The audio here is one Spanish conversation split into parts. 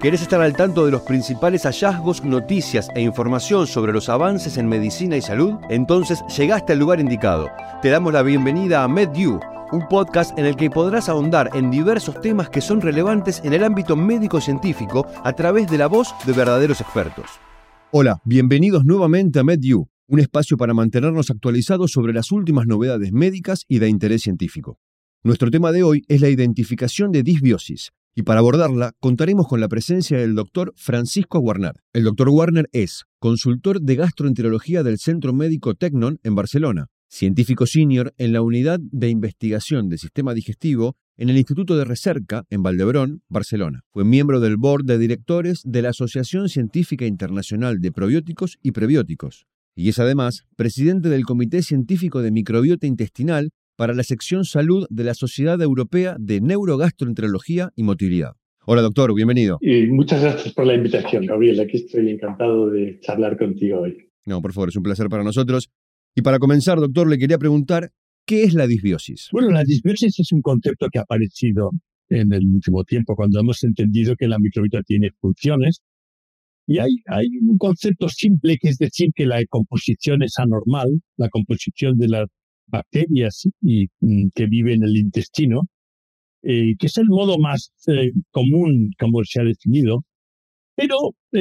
¿Querés estar al tanto de los principales hallazgos, noticias e información sobre los avances en medicina y salud? Entonces llegaste al lugar indicado. Te damos la bienvenida a MedYou, un podcast en el que podrás ahondar en diversos temas que son relevantes en el ámbito médico-científico a través de la voz de verdaderos expertos. Hola, bienvenidos nuevamente a MedYou, un espacio para mantenernos actualizados sobre las últimas novedades médicas y de interés científico. Nuestro tema de hoy es la identificación de disbiosis, y para abordarla contaremos con la presencia del Dr. Francisco Guarner. El Dr. Guarner es consultor de gastroenterología del Centro Médico Tecnon en Barcelona, científico senior en la Unidad de Investigación del Sistema Digestivo en el Instituto de Recerca en Valdebrón, Barcelona. Fue miembro del Board de Directores de la Asociación Científica Internacional de Probióticos y Prebióticos, y es además presidente del Comité Científico de Microbiota Intestinal para la sección Salud de la Sociedad Europea de Neurogastroenterología y Motilidad. Hola, doctor, bienvenido. Y muchas gracias por la invitación, Gabriel. Aquí estoy encantado de charlar contigo hoy. No, por favor, es un placer para nosotros. Y para comenzar, doctor, le quería preguntar, ¿qué es la disbiosis? Bueno, la disbiosis es un concepto que ha aparecido en el último tiempo, cuando hemos entendido que la microbiota tiene funciones. Y hay un concepto simple, que es decir que la composición es anormal, la composición de las bacterias que viven en el intestino, que es el modo más común, como se ha definido. Pero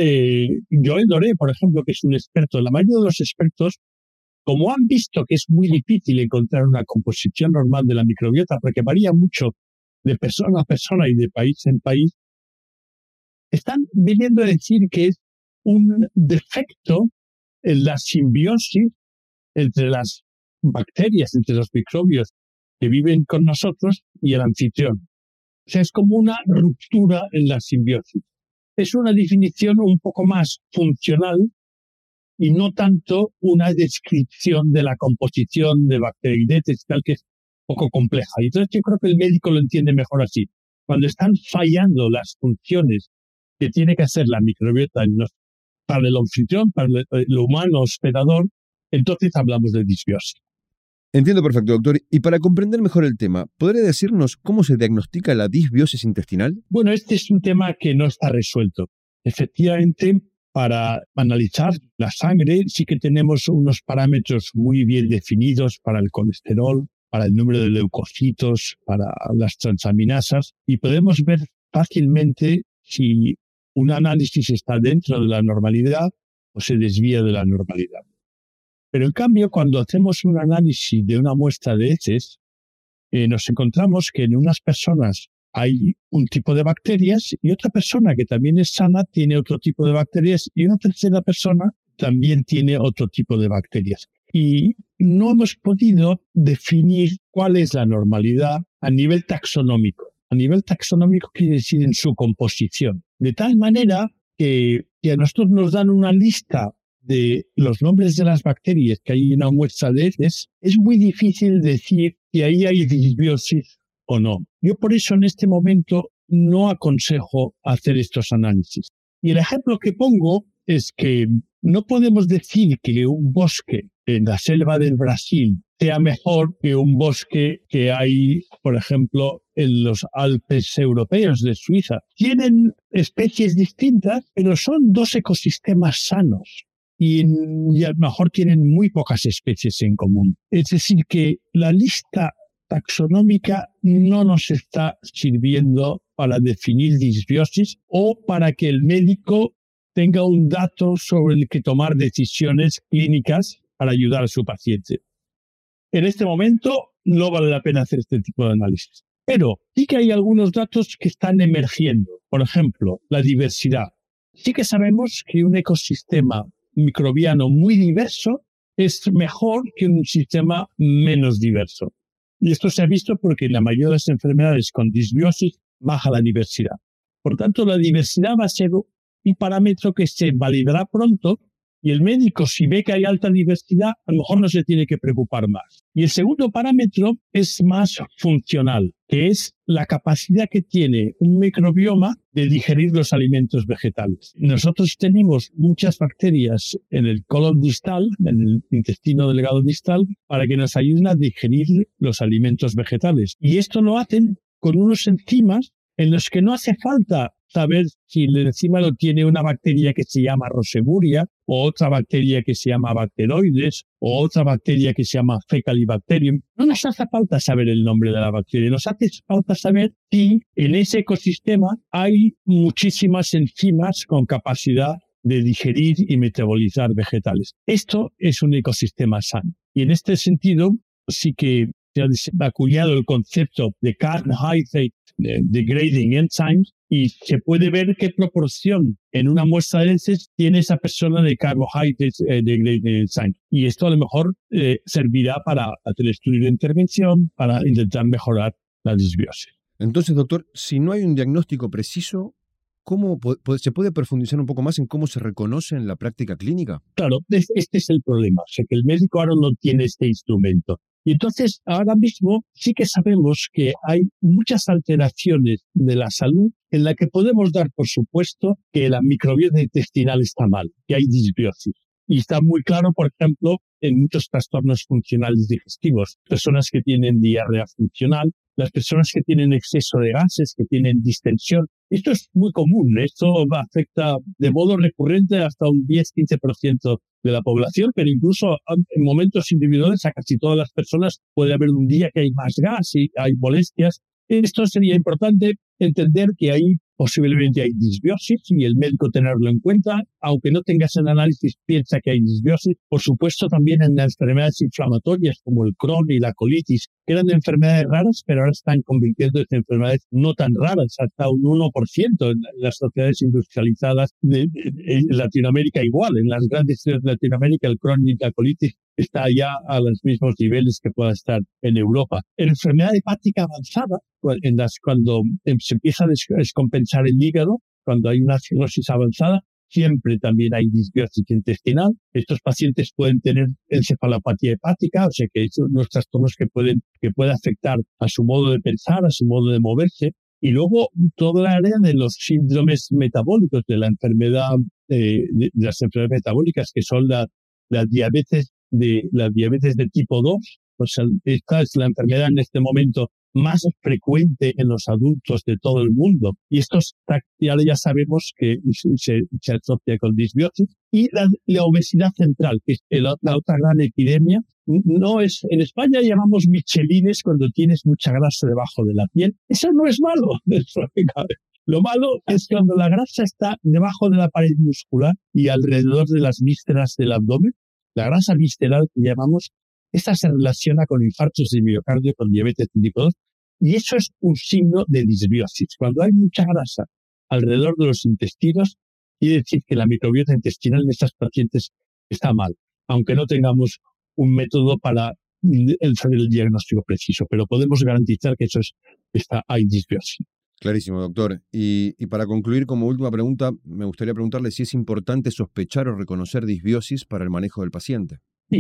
Joel Doré, por ejemplo, que es un experto, la mayoría de los expertos, como han visto que es muy difícil encontrar una composición normal de la microbiota, porque varía mucho de persona a persona y de país en país, están viniendo a decir que es un defecto en la simbiosis entre las bacterias, entre los microbios que viven con nosotros y el anfitrión. O sea, es como una ruptura en la simbiosis. Es una definición un poco más funcional y no tanto una descripción de la composición de bacteroidetes, tal, que es un poco compleja. Y entonces yo creo que el médico lo entiende mejor así. Cuando están fallando las funciones que tiene que hacer la microbiota para el anfitrión, para el humano hospedador, entonces hablamos de disbiosis. Entiendo perfecto, doctor. Y para comprender mejor el tema, ¿podría decirnos cómo se diagnostica la disbiosis intestinal? Bueno, este es un tema que no está resuelto. Efectivamente, para analizar la sangre sí que tenemos unos parámetros muy bien definidos para el colesterol, para el número de leucocitos, para las transaminasas, y podemos ver fácilmente si un análisis está dentro de la normalidad o se desvía de la normalidad. Pero en cambio, cuando hacemos un análisis de una muestra de heces, nos encontramos que en unas personas hay un tipo de bacterias y otra persona que también es sana tiene otro tipo de bacterias y una tercera persona también tiene otro tipo de bacterias. Y no hemos podido definir cuál es la normalidad a nivel taxonómico. A nivel taxonómico quiere decir en su composición. De tal manera que a nosotros nos dan una lista de los nombres de las bacterias que hay en una muestra de heces, es muy difícil decir si ahí hay disbiosis o no. Yo por eso en este momento no aconsejo hacer estos análisis. Y el ejemplo que pongo es que no podemos decir que un bosque en la selva del Brasil sea mejor que un bosque que hay, por ejemplo, en los Alpes europeos de Suiza. Tienen especies distintas, pero son dos ecosistemas sanos. Y a lo mejor tienen muy pocas especies en común. Es decir, que la lista taxonómica no nos está sirviendo para definir disbiosis o para que el médico tenga un dato sobre el que tomar decisiones clínicas para ayudar a su paciente. En este momento no vale la pena hacer este tipo de análisis. Pero sí que hay algunos datos que están emergiendo. Por ejemplo, la diversidad. Sí que sabemos que un ecosistema microbiano muy diverso es mejor que un sistema menos diverso. Y esto se ha visto porque en la mayoría de las enfermedades con disbiosis baja la diversidad. Por tanto, la diversidad va a ser un parámetro que se validará pronto y el médico, si ve que hay alta diversidad, a lo mejor no se tiene que preocupar más. Y el segundo parámetro es más funcional, que es la capacidad que tiene un microbioma de digerir los alimentos vegetales. Nosotros tenemos muchas bacterias en el colon distal, en el intestino delgado distal, para que nos ayuden a digerir los alimentos vegetales. Y esto lo hacen con unos enzimas en los que no hace falta saber si encima lo tiene una bacteria que se llama Roseburia, o otra bacteria que se llama Bacteroides, o otra bacteria que se llama Fecalibacterium. No nos hace falta saber el nombre de la bacteria, nos hace falta saber si en ese ecosistema hay muchísimas enzimas con capacidad de digerir y metabolizar vegetales. Esto es un ecosistema sano. Y en este sentido, sí que se ha acuñado el concepto de carbohydrate degrading enzymes, y se puede ver qué proporción en una muestra de heces tiene esa persona de carbohydrate degrading enzymes. Y esto a lo mejor servirá para hacer estudios de intervención, para intentar mejorar la disbiosis. Entonces, doctor, si no hay un diagnóstico preciso, ¿cómo se puede profundizar un poco más en cómo se reconoce en la práctica clínica? Claro, este es el problema, o sea, que el médico ahora no tiene este instrumento. Y entonces, ahora mismo sí que sabemos que hay muchas alteraciones de la salud en la que podemos dar por supuesto que la microbiota intestinal está mal, que hay disbiosis. Y está muy claro, por ejemplo, en muchos trastornos funcionales digestivos, personas que tienen diarrea funcional, las personas que tienen exceso de gases, que tienen distensión. Esto es muy común, esto afecta de modo recurrente hasta un 10-15% de la población, pero incluso en momentos individuales a casi todas las personas puede haber un día que hay más gas y hay molestias. Esto sería importante entender que ahí posiblemente hay disbiosis y el médico tenerlo en cuenta, aunque no tengas el análisis, piensa que hay disbiosis. Por supuesto, también en las enfermedades inflamatorias como el Crohn y la colitis, que eran enfermedades raras, pero ahora están convirtiéndose en enfermedades no tan raras, hasta un 1% en las sociedades industrializadas de Latinoamérica igual. En las grandes ciudades de Latinoamérica, el Crohn y la colitis está ya a los mismos niveles que pueda estar en Europa. En enfermedad hepática avanzada, cuando se empieza a descompensar el hígado, cuando hay una cirrosis avanzada, siempre también hay disbiosis intestinal. Estos pacientes pueden tener encefalopatía hepática, o sea que son unos trastornos que pueden afectar a su modo de pensar, a su modo de moverse. Y luego toda la área de los síndromes metabólicos de la enfermedad, de las enfermedades metabólicas, que son la diabetes de tipo 2. O sea, esta es la enfermedad en este momento más frecuente en los adultos de todo el mundo. Y esto ya sabemos que se asocia con disbiosis. Y la obesidad central, que es la otra gran epidemia. No es, en España llamamos michelines cuando tienes mucha grasa debajo de la piel. Eso no es malo. Lo malo es cuando la grasa está debajo de la pared muscular y alrededor de las vísceras del abdomen. La grasa visceral que llamamos, esta se relaciona con infartos de miocardio, con diabetes tipo 2, y eso es un signo de disbiosis. Cuando hay mucha grasa alrededor de los intestinos, quiere decir que la microbiota intestinal en estas pacientes está mal, aunque no tengamos un método para hacer el diagnóstico preciso, pero podemos garantizar que hay disbiosis. Clarísimo, doctor. Y para concluir, como última pregunta, me gustaría preguntarle si es importante sospechar o reconocer disbiosis para el manejo del paciente.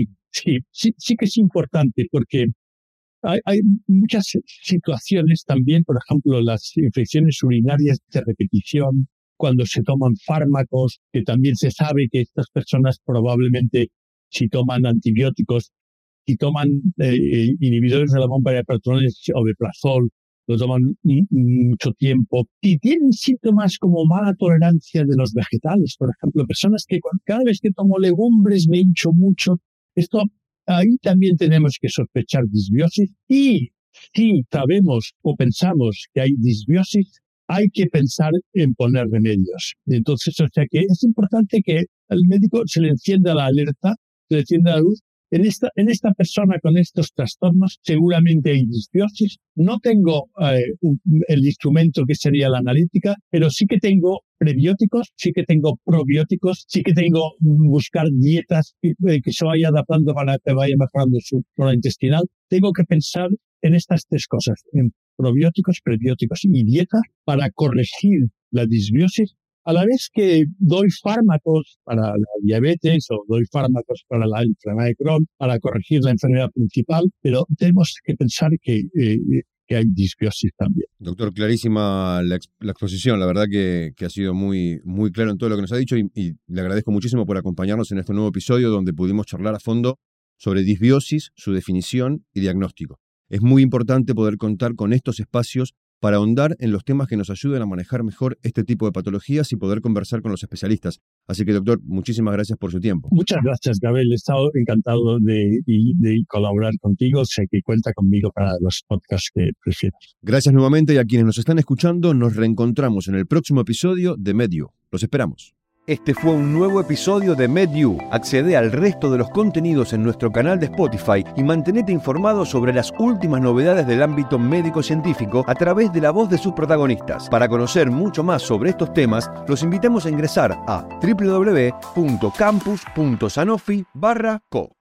Sí que es importante, porque hay muchas situaciones también, por ejemplo, las infecciones urinarias de repetición, cuando se toman fármacos, que también se sabe que estas personas probablemente, si toman antibióticos, si toman inhibidores de la bomba de protones o omeprazol, lo toman mucho tiempo, y tienen síntomas como mala tolerancia de los vegetales, por ejemplo, personas que cada vez que tomo legumbres me hincho mucho. Ahí también tenemos que sospechar disbiosis, y si sabemos o pensamos que hay disbiosis, hay que pensar en poner remedios. Entonces, o sea que es importante que al médico se le encienda la alerta, se le encienda la luz. En esta persona con estos trastornos seguramente hay disbiosis. No tengo el instrumento que sería la analítica, pero sí que tengo prebióticos, sí que tengo probióticos, sí que tengo buscar dietas que se vaya adaptando para que vaya mejorando su flora intestinal. Tengo que pensar en estas tres cosas, en probióticos, prebióticos y dieta, para corregir la disbiosis, a la vez que doy fármacos para la diabetes o doy fármacos para la enfermedad de Crohn, para corregir la enfermedad principal, pero tenemos que pensar que hay disbiosis también. Doctor, clarísima la exposición. La verdad que ha sido muy, muy claro en todo lo que nos ha dicho, y le agradezco muchísimo por acompañarnos en este nuevo episodio donde pudimos charlar a fondo sobre disbiosis, su definición y diagnóstico. Es muy importante poder contar con estos espacios para ahondar en los temas que nos ayuden a manejar mejor este tipo de patologías y poder conversar con los especialistas. Así que, doctor, muchísimas gracias por su tiempo. Muchas gracias, Gabriel. He estado encantado de colaborar contigo. Sé que cuenta conmigo para los podcasts que prefieras. Gracias nuevamente, y a quienes nos están escuchando, nos reencontramos en el próximo episodio de MedU. Los esperamos. Este fue un nuevo episodio de MedU. Accede al resto de los contenidos en nuestro canal de Spotify y mantenete informado sobre las últimas novedades del ámbito médico-científico a través de la voz de sus protagonistas. Para conocer mucho más sobre estos temas, los invitamos a ingresar a www.campus.sanofi.co.